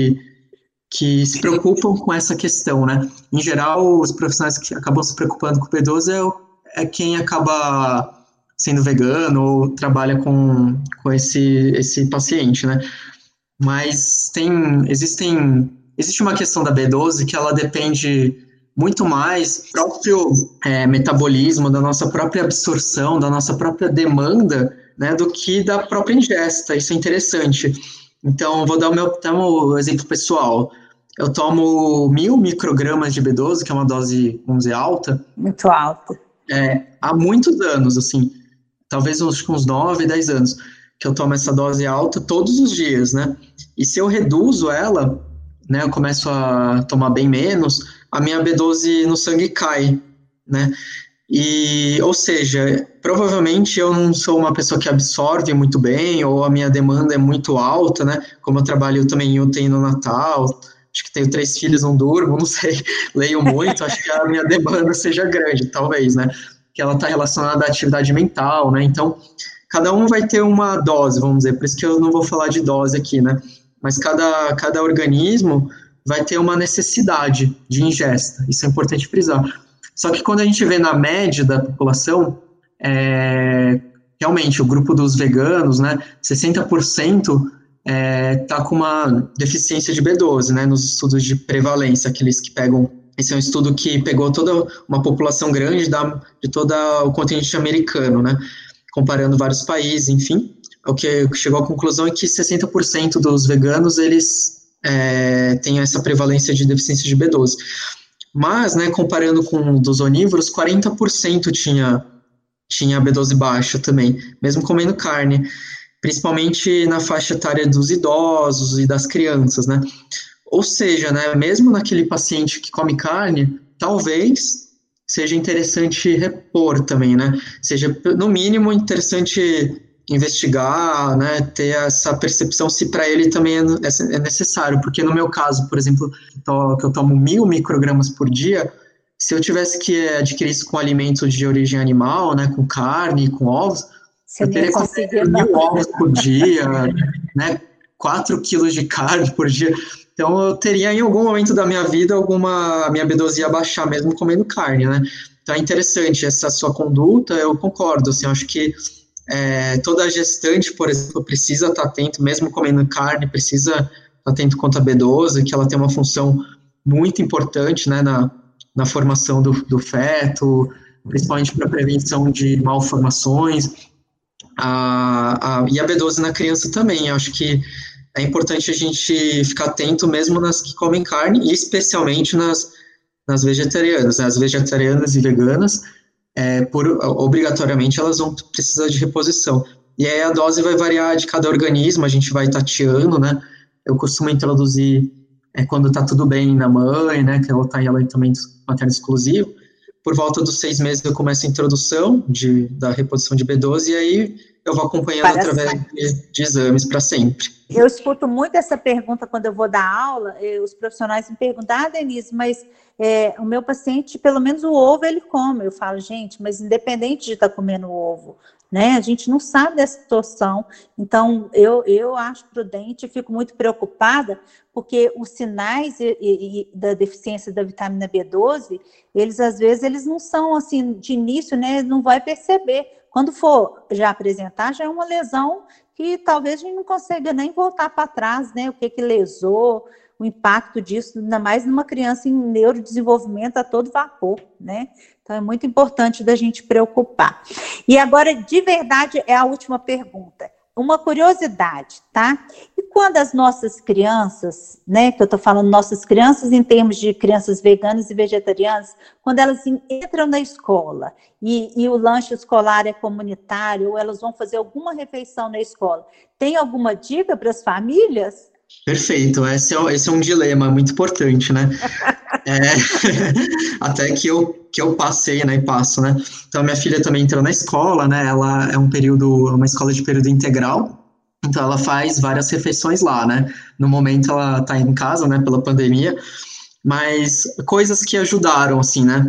que se preocupam com essa questão, né? Em geral, os profissionais que acabam se preocupando com o B12 é quem acaba sendo vegano ou trabalha com esse paciente, né? Mas existe uma questão da B12 que ela depende muito mais do próprio metabolismo, da nossa própria absorção, da nossa própria demanda, né, do que da própria ingesta. Isso é interessante. Então, vou dar o meu exemplo pessoal. Eu tomo 1.000 microgramas de B12, que é uma dose, vamos dizer, alta. Muito alta. Há muitos anos, assim, talvez uns 9, 10 anos, que eu tomo essa dose alta todos os dias, né? E se eu reduzo ela, né, eu começo a tomar bem menos, a minha B12 no sangue cai, né? Ou seja, provavelmente eu não sou uma pessoa que absorve muito bem, ou a minha demanda é muito alta, né? Como eu trabalho também em UTI no Natal, acho que tenho 3 filhos, não durmo, não sei, leio muito, acho que a minha demanda seja grande, talvez, né? Que ela está relacionada à atividade mental, né? Então, cada um vai ter uma dose, vamos dizer, por isso que eu não vou falar de dose aqui, né? Mas cada organismo vai ter uma necessidade de ingesta, isso é importante frisar. Só que quando a gente vê na média da população, realmente o grupo dos veganos, né, 60% tá com uma deficiência de B12, né, nos estudos de prevalência, aqueles que pegam, esse é um estudo que pegou toda uma população grande de todo o continente americano, né, comparando vários países, enfim, o que chegou à conclusão é que 60% dos veganos, eles têm essa prevalência de deficiência de B12. Mas, né, comparando com dos onívoros, 40% tinha B12 baixa também, mesmo comendo carne, principalmente na faixa etária dos idosos e das crianças, né? Ou seja, né, mesmo naquele paciente que come carne, talvez seja interessante repor também, né? Seja, no mínimo, interessante investigar, né, ter essa percepção se para ele também é necessário, porque no meu caso, por exemplo, que eu tomo 1.000 microgramas por dia, se eu tivesse que adquirir isso com alimentos de origem animal, né, com carne, com ovos, eu teria que comer 1.000 ovos por dia, né, 4 quilos de carne por dia, então eu teria em algum momento da minha vida a minha B12 ia baixar mesmo comendo carne, né, então é interessante essa sua conduta, eu concordo, assim, eu acho que toda gestante, por exemplo, precisa estar atento, mesmo comendo carne, precisa estar atento quanto a B12, que ela tem uma função muito importante, né, na formação do feto, principalmente para prevenção de malformações, e a B12 na criança também. Eu acho que é importante a gente ficar atento mesmo nas que comem carne, e especialmente nas vegetarianas, né? As vegetarianas e veganas, obrigatoriamente elas vão precisar de reposição. E aí a dose vai variar de cada organismo, a gente vai tateando, né? Eu costumo introduzir quando tá tudo bem na mãe, né? Que ela tá em aleitamento materno exclusivo. Por volta dos 6 meses eu começo a introdução da reposição de B12 e aí eu vou acompanhando através de exames para sempre. Eu escuto muito essa pergunta quando eu vou dar aula, os profissionais me perguntam, Denise, mas o meu paciente, pelo menos o ovo ele come. Eu falo, gente, mas independente de estar comendo ovo, né, a gente não sabe dessa situação. Então, eu acho prudente, fico muito preocupada, porque os sinais da deficiência da vitamina B12, eles às vezes eles não são assim, de início, né, não vai perceber. Quando for já apresentar, já é uma lesão que talvez a gente não consiga nem voltar para trás, né? O que lesou, o impacto disso, ainda mais numa criança em neurodesenvolvimento a todo vapor, né? Então é muito importante da gente preocupar. E agora, de verdade, é a última pergunta. Uma curiosidade, tá? E quando as nossas crianças, né, que eu tô falando nossas crianças em termos de crianças veganas e vegetarianas, quando elas entram na escola e o lanche escolar é comunitário, ou elas vão fazer alguma refeição na escola, tem alguma dica para as famílias? Perfeito, esse é um dilema muito importante, né? Até que eu passei, né, e passo, né? Então, minha filha também entrou na escola, né? Ela é uma escola de período integral, então ela faz várias refeições lá, né? No momento ela tá em casa, né, pela pandemia, mas coisas que ajudaram, assim, né,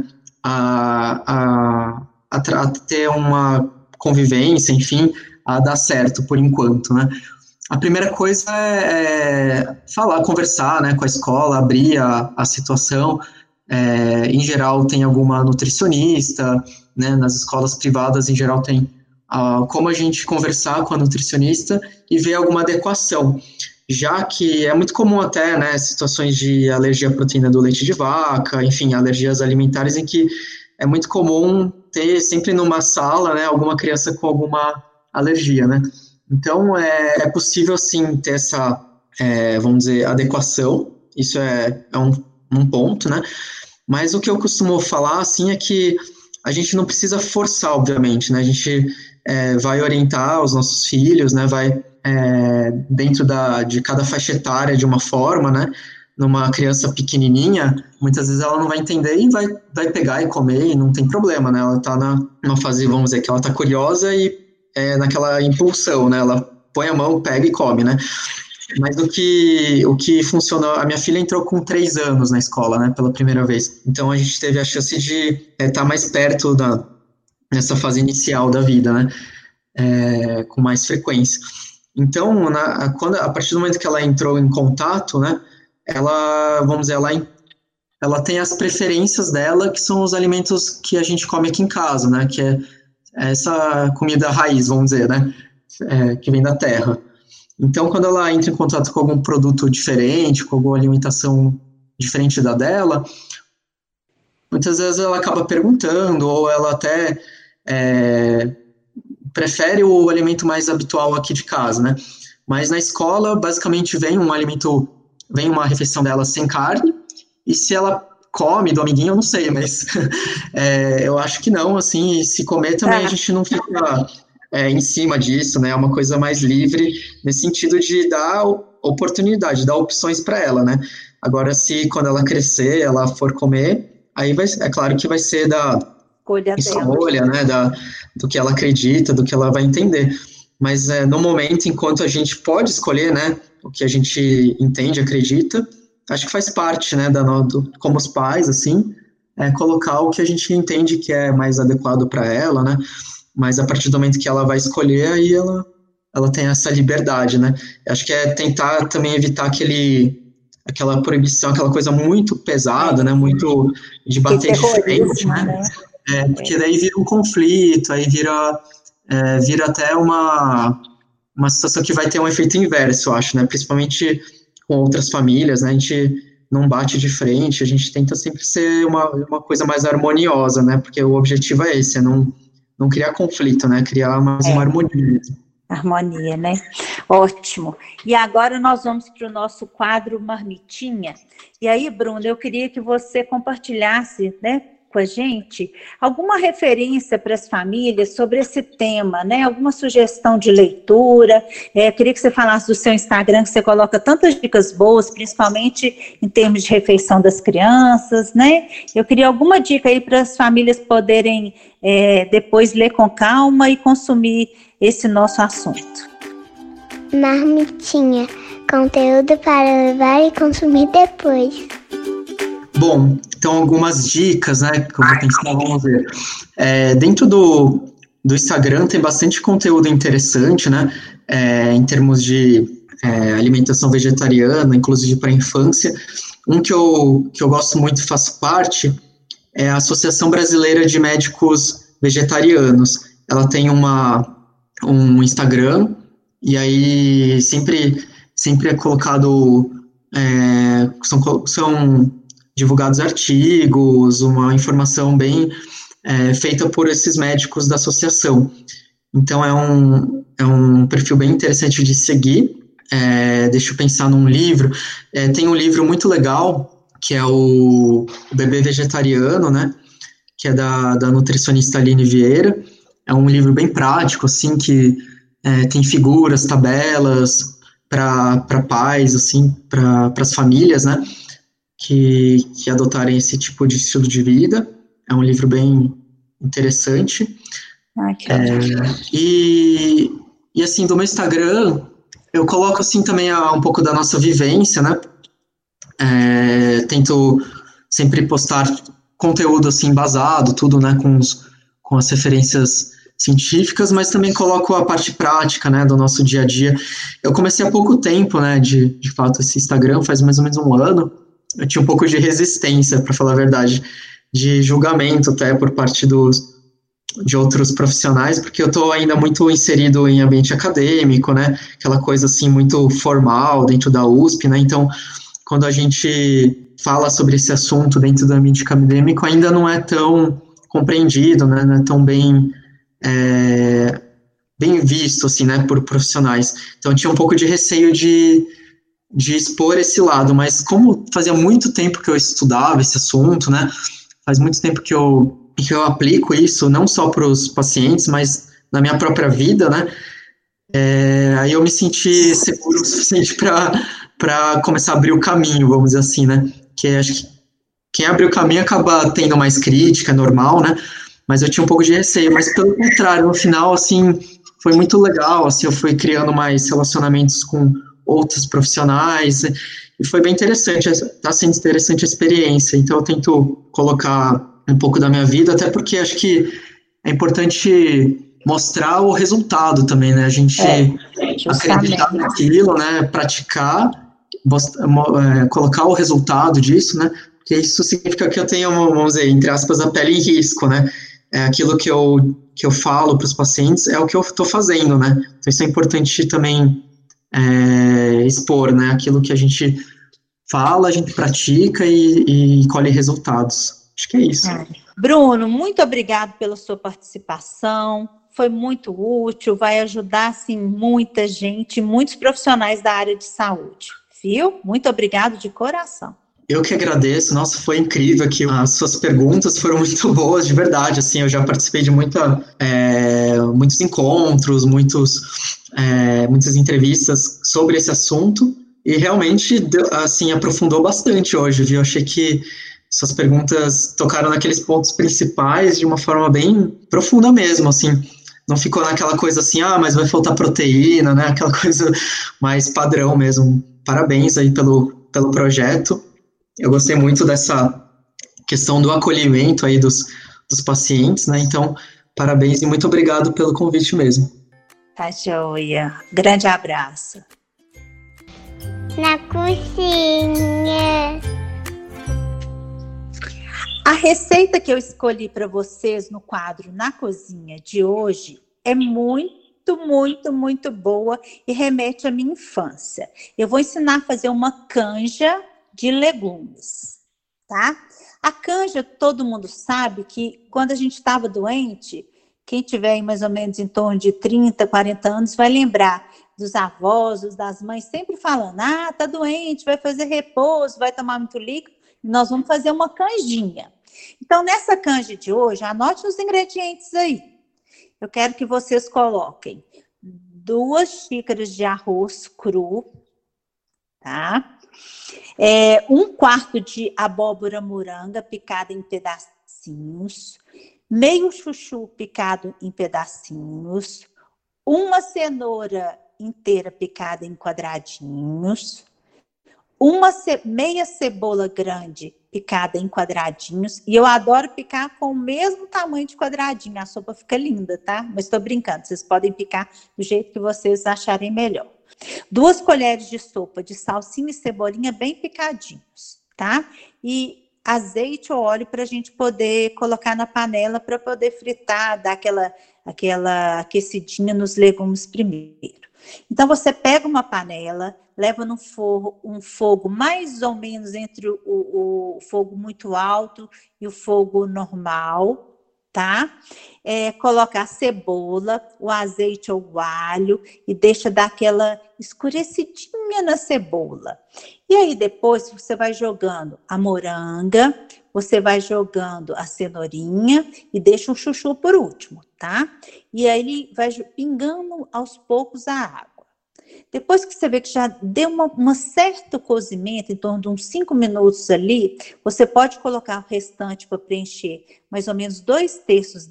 a ter uma convivência, enfim, a dar certo por enquanto, né? A primeira coisa é falar, conversar, né, com a escola, abrir a situação. Em geral, tem alguma nutricionista, né, nas escolas privadas, em geral, tem como a gente conversar com a nutricionista e ver alguma adequação, já que é muito comum até, né, situações de alergia à proteína do leite de vaca, enfim, alergias alimentares, em que é muito comum ter sempre numa sala, né, alguma criança com alguma alergia, né. Então, é possível, sim, ter essa, vamos dizer, adequação, isso é um ponto, né? Mas o que eu costumo falar, assim, é que a gente não precisa forçar, obviamente, né? A gente vai orientar os nossos filhos, né? Vai dentro de cada faixa etária de uma forma, né? Numa criança pequenininha, muitas vezes ela não vai entender e vai pegar e comer e não tem problema, né? Ela tá numa fase, vamos dizer, que ela tá curiosa e naquela impulsão, né? Ela põe a mão, pega e come, né? Mas o que funcionou, a minha filha entrou com 3 anos na escola, né? Pela primeira vez. Então a gente teve a chance de estar mais perto nessa fase inicial da vida, né? Com mais frequência. Então, a partir do momento que ela entrou em contato, né? Ela, vamos dizer, ela tem as preferências dela, que são os alimentos que a gente come aqui em casa, né? Que é essa comida raiz, vamos dizer, né, que vem da terra. Então, quando ela entra em contato com algum produto diferente, com alguma alimentação diferente da dela, muitas vezes ela acaba perguntando, ou ela até prefere o alimento mais habitual aqui de casa, né, mas na escola, basicamente, vem uma refeição dela sem carne, e se ela come do amiguinho, eu não sei, mas eu acho que não, assim, e se comer também a gente não fica em cima disso, né, é uma coisa mais livre, nesse sentido de dar oportunidade, dar opções para ela, né, agora se quando ela crescer, ela for comer, aí é claro que vai ser da escolha, né, do que ela acredita, do que ela vai entender, mas no momento, enquanto a gente pode escolher, né, o que a gente entende, acredita, acho que faz parte, né, como os pais, assim, colocar o que a gente entende que é mais adequado para ela, né, mas a partir do momento que ela vai escolher, aí ela tem essa liberdade, né, acho que é tentar também evitar aquela proibição, aquela coisa muito pesada, né, muito de bater de frente, né, porque daí vira um conflito, aí vira vira até uma situação que vai ter um efeito inverso, eu acho, né? Principalmente com outras famílias, né? A gente não bate de frente, a gente tenta sempre ser uma coisa mais harmoniosa, né? Porque o objetivo é esse, é não criar conflito, né? Criar mais uma harmonia. Harmonia, né? Ótimo. E agora nós vamos para o nosso quadro Marmitinha. E aí, Bruno, eu queria que você compartilhasse, né, com a gente alguma referência para as famílias sobre esse tema, né? Alguma sugestão de leitura. Eu queria que você falasse do seu Instagram, que você coloca tantas dicas boas, principalmente em termos de refeição das crianças, né? Eu queria alguma dica aí para as famílias poderem depois ler com calma e consumir esse nosso assunto. Marmitinha, conteúdo para levar e consumir depois. Bom, então algumas dicas, né, que eu vou pensar, vamos ver. Dentro do Instagram tem bastante conteúdo interessante, né, em termos de alimentação vegetariana, inclusive para a infância. Um que eu gosto muito e faço parte é a Associação Brasileira de Médicos Vegetarianos. Ela tem um Instagram, e aí sempre é colocado, são divulgados artigos, uma informação bem feita por esses médicos da associação. Então é um perfil bem interessante de seguir. Deixa eu pensar num livro. Tem um livro muito legal, que é o Bebê Vegetariano, né, que é da nutricionista Aline Vieira. É um livro bem prático, assim, que tem figuras, tabelas para pais, assim, para as famílias, né, que adotarem esse tipo de estilo de vida. É um livro bem interessante. E assim, do meu Instagram, eu coloco, assim, também um pouco da nossa vivência, né, tento sempre postar conteúdo, assim, embasado, tudo, né, com as referências científicas, mas também coloco a parte prática, né, do nosso dia a dia. Eu comecei há pouco tempo, né, de fato, esse Instagram, faz mais ou menos um ano. Eu tinha um pouco de resistência, para falar a verdade, de julgamento até por parte de outros profissionais, porque eu estou ainda muito inserido em ambiente acadêmico, né, aquela coisa, assim, muito formal dentro da USP, né, então, quando a gente fala sobre esse assunto dentro do ambiente acadêmico, ainda não é tão compreendido, né, não é tão bem visto, assim, né, por profissionais. Então, eu tinha um pouco de receio de expor esse lado, mas como fazia muito tempo que eu estudava esse assunto, né, faz muito tempo que eu aplico isso, não só para os pacientes, mas na minha própria vida, né, aí eu me senti seguro o suficiente para começar a abrir o caminho, vamos dizer assim, né, que acho que quem abre o caminho acaba tendo mais crítica, é normal, né, mas eu tinha um pouco de receio, mas pelo contrário, no final, assim, foi muito legal, assim, eu fui criando mais relacionamentos com outros profissionais, e foi bem interessante, está sendo interessante a experiência, então eu tento colocar um pouco da minha vida, até porque acho que é importante mostrar o resultado também, né, a gente acreditar naquilo, né, praticar, colocar o resultado disso, né, porque isso significa que eu tenho, vamos dizer, entre aspas, a pele em risco, né, aquilo que eu falo para os pacientes é o que eu estou fazendo, né, então isso é importante também expor, né, aquilo que a gente fala, a gente pratica e colhe resultados. Acho que é isso. Bruno, muito obrigado pela sua participação, foi muito útil, vai ajudar, assim, muita gente, muitos profissionais da área de saúde, viu? Muito obrigado de coração. Eu que agradeço, nossa, foi incrível aqui, as suas perguntas foram muito boas, de verdade, assim, eu já participei de muitos encontros, muitas entrevistas sobre esse assunto, e realmente, assim, aprofundou bastante hoje, viu? Eu achei que suas perguntas tocaram naqueles pontos principais de uma forma bem profunda mesmo, assim, não ficou naquela coisa assim, mas vai faltar proteína, né, aquela coisa mais padrão mesmo. Parabéns aí pelo projeto. Eu gostei muito dessa questão do acolhimento aí dos pacientes, né? Então, parabéns e muito obrigado pelo convite mesmo. Tá joia. Grande abraço. Na cozinha. A receita que eu escolhi para vocês no quadro Na Cozinha de hoje é muito, muito, muito boa e remete à minha infância. Eu vou ensinar a fazer uma canja de legumes, tá? A canja, todo mundo sabe que quando a gente estava doente, quem tiver aí mais ou menos em torno de 30, 40 anos vai lembrar dos avós, das mães sempre falando, tá doente, vai fazer repouso, vai tomar muito líquido, e nós vamos fazer uma canjinha. Então, nessa canja de hoje, anote os ingredientes aí. Eu quero que vocês coloquem 2 xícaras de arroz cru, tá? 1/4 de abóbora moranga picada em pedacinhos, meio chuchu picado em pedacinhos, uma cenoura inteira picada em quadradinhos, meia cebola grande picada em quadradinhos, e eu adoro picar com o mesmo tamanho de quadradinho, a sopa fica linda, tá? Mas estou brincando, vocês podem picar do jeito que vocês acharem melhor. 2 colheres de sopa de salsinha e cebolinha bem picadinhos, tá? E azeite ou óleo para a gente poder colocar na panela para poder fritar, dar aquela aquecidinha nos legumes primeiro. Então, você pega uma panela, leva no um fogo mais ou menos entre o fogo muito alto e o fogo normal, tá? Coloca a cebola, o azeite ou o alho e deixa dar aquela escurecidinha na cebola. E aí depois você vai jogando a moranga, você vai jogando a cenourinha e deixa o chuchu por último, tá? E aí ele vai pingando aos poucos a água. Depois que você vê que já deu uma certo cozimento, em torno de uns 5 minutos ali, você pode colocar o restante para preencher mais ou menos 2/3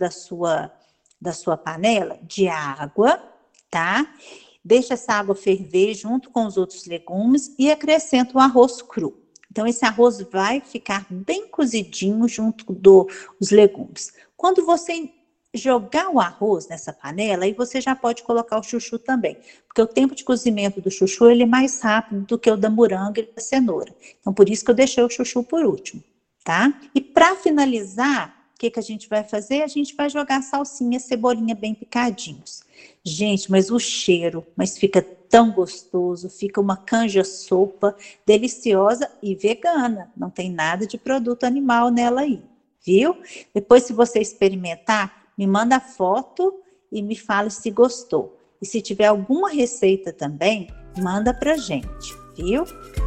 da sua panela de água, tá? Deixa essa água ferver junto com os outros legumes e acrescenta o arroz cru. Então, esse arroz vai ficar bem cozidinho junto dos legumes. Quando você jogar o arroz nessa panela, aí você já pode colocar o chuchu também, porque o tempo de cozimento do chuchu ele é mais rápido do que o da moranga e da cenoura. Então, por isso que eu deixei o chuchu por último, tá? E para finalizar, o que a gente vai fazer? A gente vai jogar salsinha e cebolinha bem picadinhos. Gente, mas o cheiro, mas fica tão gostoso, fica uma canja-sopa deliciosa e vegana, não tem nada de produto animal nela aí, viu? Depois, se você experimentar, me manda foto e me fala se gostou. E se tiver alguma receita também, manda pra gente, viu?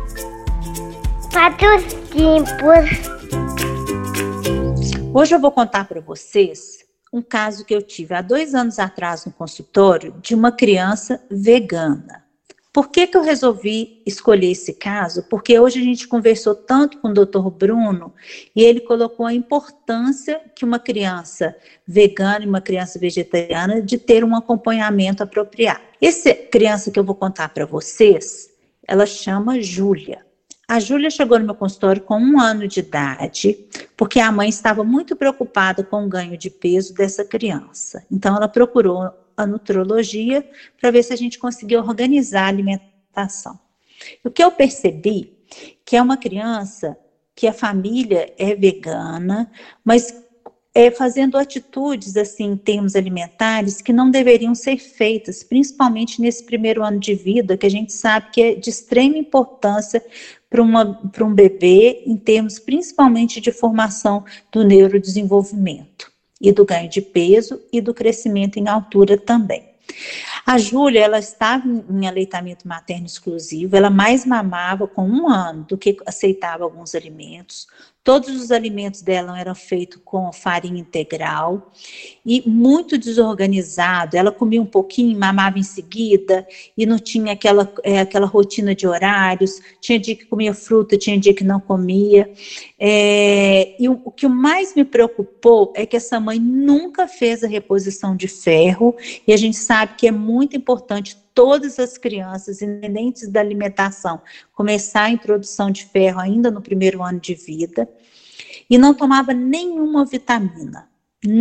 Patrocínios. Hoje eu vou contar para vocês um caso que eu tive há 2 anos atrás no consultório de uma criança vegana. Por que eu resolvi escolher esse caso? Porque hoje a gente conversou tanto com o Dr. Bruno e ele colocou a importância que uma criança vegana e uma criança vegetariana de ter um acompanhamento apropriado. Essa criança que eu vou contar para vocês, ela chama Júlia. A Júlia chegou no meu consultório com 1 ano de idade, porque a mãe estava muito preocupada com o ganho de peso dessa criança. Então, ela procurou a nutrologia para ver se a gente conseguia organizar a alimentação. O que eu percebi que é uma criança que a família é vegana, mas fazendo atitudes assim em termos alimentares que não deveriam ser feitas, principalmente nesse primeiro ano de vida, que a gente sabe que é de extrema importância para um bebê, em termos principalmente de formação do neurodesenvolvimento e do ganho de peso e do crescimento em altura também. A Júlia, ela estava em aleitamento materno exclusivo, ela mais mamava com 1 ano do que aceitava alguns alimentos. Todos os alimentos dela eram feitos com farinha integral e muito desorganizado. Ela comia um pouquinho, mamava em seguida e não tinha aquela rotina de horários. Tinha dia que comia fruta, tinha dia que não comia. E o que mais me preocupou é que essa mãe nunca fez a reposição de ferro e a gente sabe que é muito importante todas as crianças, independentes da alimentação, começar a introdução de ferro ainda no primeiro ano de vida, e não tomava nenhuma vitamina.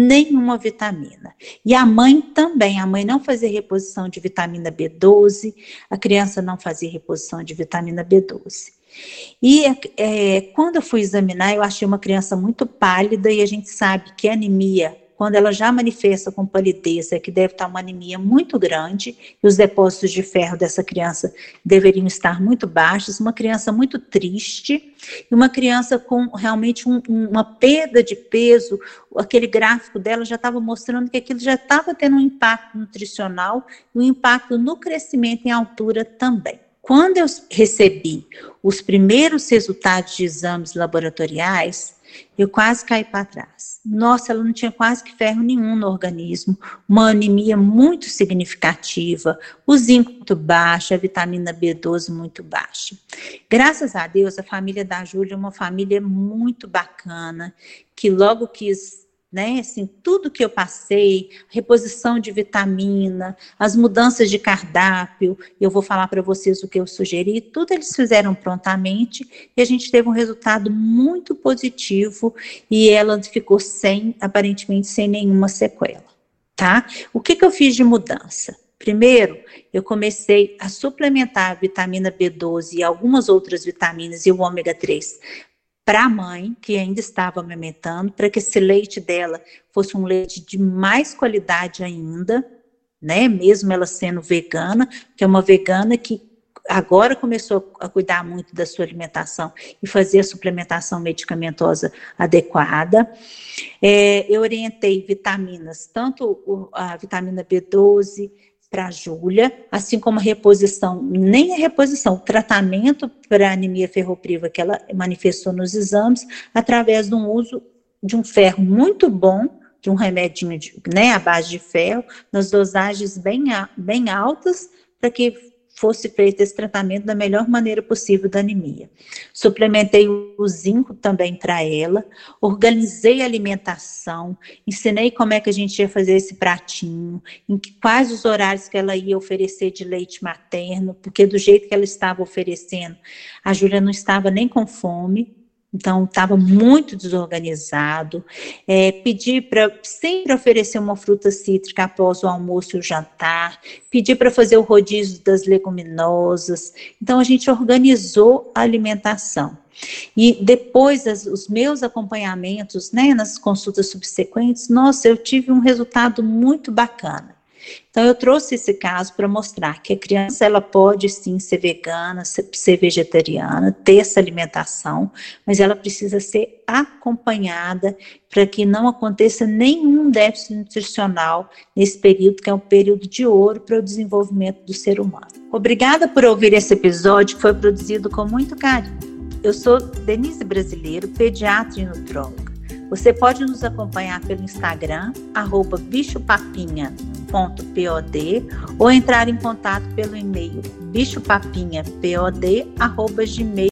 E a mãe também, a mãe não fazia reposição de vitamina B12, a criança não fazia reposição de vitamina B12. E quando eu fui examinar, eu achei uma criança muito pálida, e a gente sabe que a anemia quando ela já manifesta com palidez, é que deve estar uma anemia muito grande, e os depósitos de ferro dessa criança deveriam estar muito baixos, uma criança muito triste, e uma criança com realmente uma perda de peso. Aquele gráfico dela já estava mostrando que aquilo já estava tendo um impacto nutricional e um impacto no crescimento em altura também. Quando eu recebi os primeiros resultados de exames laboratoriais, eu quase caí para trás. Nossa, ela não tinha quase que ferro nenhum no organismo, uma anemia muito significativa, o zinco muito baixo, a vitamina B12 muito baixa. Graças a Deus, a família da Júlia é uma família muito bacana, que logo quis, né, assim, tudo que eu passei, reposição de vitamina, as mudanças de cardápio, eu vou falar para vocês o que eu sugeri, tudo eles fizeram prontamente, e a gente teve um resultado muito positivo, e ela ficou aparentemente sem nenhuma sequela, tá? O que eu fiz de mudança? Primeiro, eu comecei a suplementar a vitamina B12 e algumas outras vitaminas e o ômega 3 para a mãe, que ainda estava amamentando, para que esse leite dela fosse um leite de mais qualidade ainda, né? Mesmo ela sendo vegana, que é uma vegana que agora começou a cuidar muito da sua alimentação e fazer a suplementação medicamentosa adequada. Eu orientei vitaminas, tanto a vitamina B12, para a Júlia, assim como a reposição, nem a reposição, o tratamento para a anemia ferropriva que ela manifestou nos exames, através de um uso de um ferro muito bom, de um remedinho né, à base de ferro, nas dosagens bem altas, para que fosse feito esse tratamento da melhor maneira possível da anemia. Suplementei o zinco também para ela, organizei a alimentação, ensinei como é que a gente ia fazer esse pratinho, quais os horários que ela ia oferecer de leite materno, porque do jeito que ela estava oferecendo, a Júlia não estava nem com fome, então estava muito desorganizado. Pedi para sempre oferecer uma fruta cítrica após o almoço e o jantar, pedi para fazer o rodízio das leguminosas. Então a gente organizou a alimentação. E depois os meus acompanhamentos, né, nas consultas subsequentes, nossa, eu tive um resultado muito bacana. Então eu trouxe esse caso para mostrar que a criança ela pode sim ser vegana, ser vegetariana, ter essa alimentação, mas ela precisa ser acompanhada para que não aconteça nenhum déficit nutricional nesse período, que é um período de ouro para o desenvolvimento do ser humano. Obrigada por ouvir esse episódio, que foi produzido com muito carinho. Eu sou Denise Brasileiro, pediatra e nutróloga. Você pode nos acompanhar pelo Instagram, @bichopapinha.pod, ou entrar em contato pelo e-mail bichopapinhapod@gmail.com.